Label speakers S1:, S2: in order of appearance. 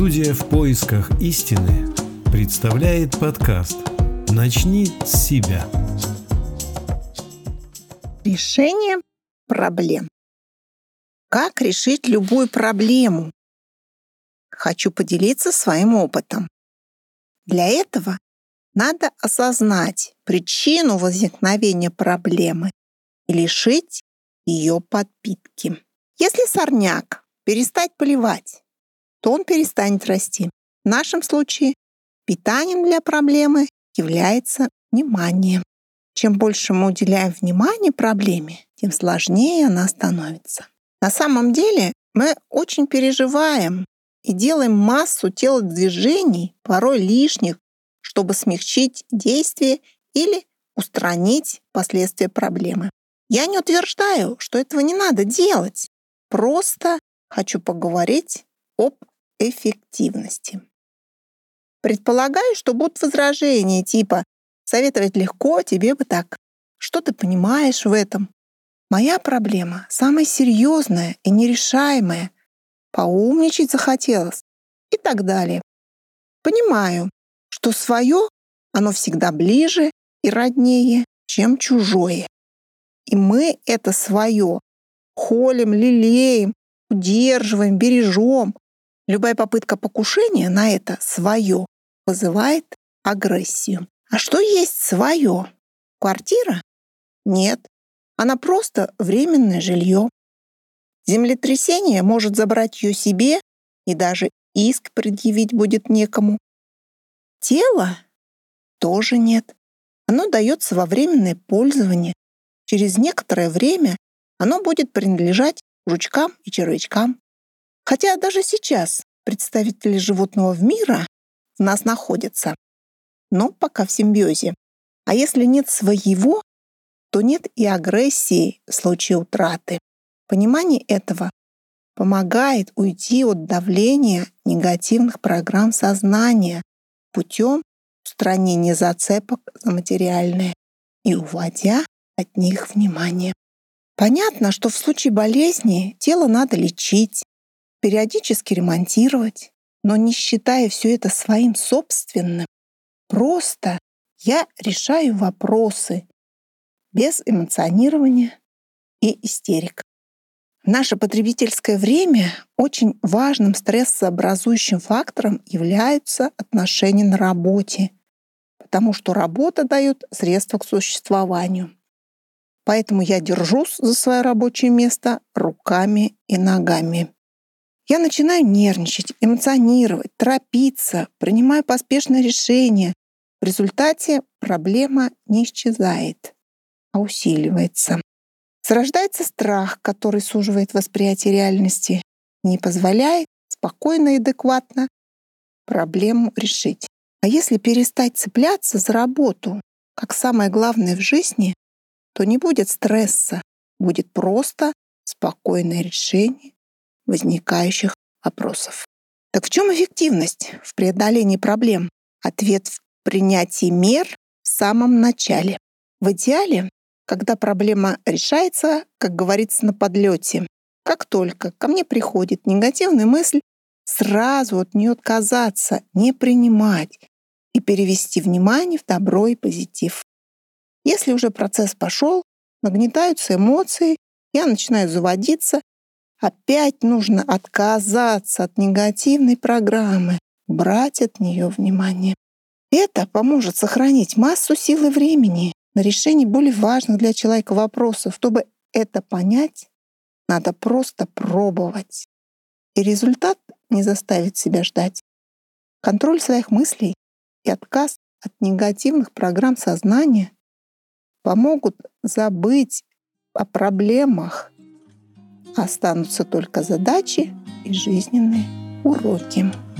S1: Студия «В поисках истины» представляет подкаст «Начни с себя».
S2: Решение проблем. Как решить любую проблему? Хочу поделиться своим опытом. Для этого надо осознать причину возникновения проблемы и лишить ее подпитки. Если сорняк перестать поливать, то он перестанет расти. В нашем случае питанием для проблемы является внимание. Чем больше мы уделяем внимания проблеме, тем сложнее она становится. На самом деле мы очень переживаем и делаем массу телодвижений, порой лишних, чтобы смягчить действие или устранить последствия проблемы. Я не утверждаю, что этого не надо делать. Просто хочу поговорить об эффективности. Предполагаю, что будут возражения типа «советовать легко, тебе бы так». Что ты понимаешь в этом? Моя проблема самая серьезная и нерешаемая. Поумничать захотелось и так далее. Понимаю, что свое, оно всегда ближе и роднее, чем чужое. И мы это свое холим, лелеем, удерживаем, бережем. Любая попытка покушения на это свое вызывает агрессию. А что есть свое? Квартира? Нет. Она просто временное жилье. Землетрясение может забрать ее себе, и даже иск предъявить будет некому. Тело? Тоже нет. Оно дается во временное пользование. Через некоторое время оно будет принадлежать жучкам и червячкам. Хотя даже сейчас представители животного мира в нас находятся, но пока в симбиозе. А если нет своего, то нет и агрессии в случае утраты. Понимание этого помогает уйти от давления негативных программ сознания путем устранения зацепок за материальное и уводя от них внимание. Понятно, что в случае болезни тело надо лечить, периодически ремонтировать, но не считая все это своим собственным. Просто я решаю вопросы без эмоционирования и истерик. В наше потребительское время очень важным стрессообразующим фактором являются отношения на работе, потому что работа дает средства к существованию. Поэтому я держусь за свое рабочее место руками и ногами. Я начинаю нервничать, эмоционировать, торопиться, принимаю поспешные решения. В результате проблема не исчезает, а усиливается. Зарождается страх, который суживает восприятие реальности, не позволяет спокойно и адекватно проблему решить. А если перестать цепляться за работу, как самое главное в жизни, то не будет стресса, будет просто спокойное решение возникающих вопросов. Так в чем эффективность в преодолении проблем? Ответ в принятии мер в самом начале. В идеале, когда проблема решается, как говорится, на подлете. Как только ко мне приходит негативная мысль, сразу от нее отказаться, не принимать и перевести внимание в добро и позитив. Если уже процесс пошел, нагнетаются эмоции, я начинаю заводиться, опять нужно отказаться от негативной программы, брать от нее внимание. Это поможет сохранить массу сил и времени на решение более важных для человека вопросов. Чтобы это понять, надо просто пробовать. И результат не заставит себя ждать. Контроль своих мыслей и отказ от негативных программ сознания помогут забыть о проблемах. Останутся только задачи и жизненные уроки.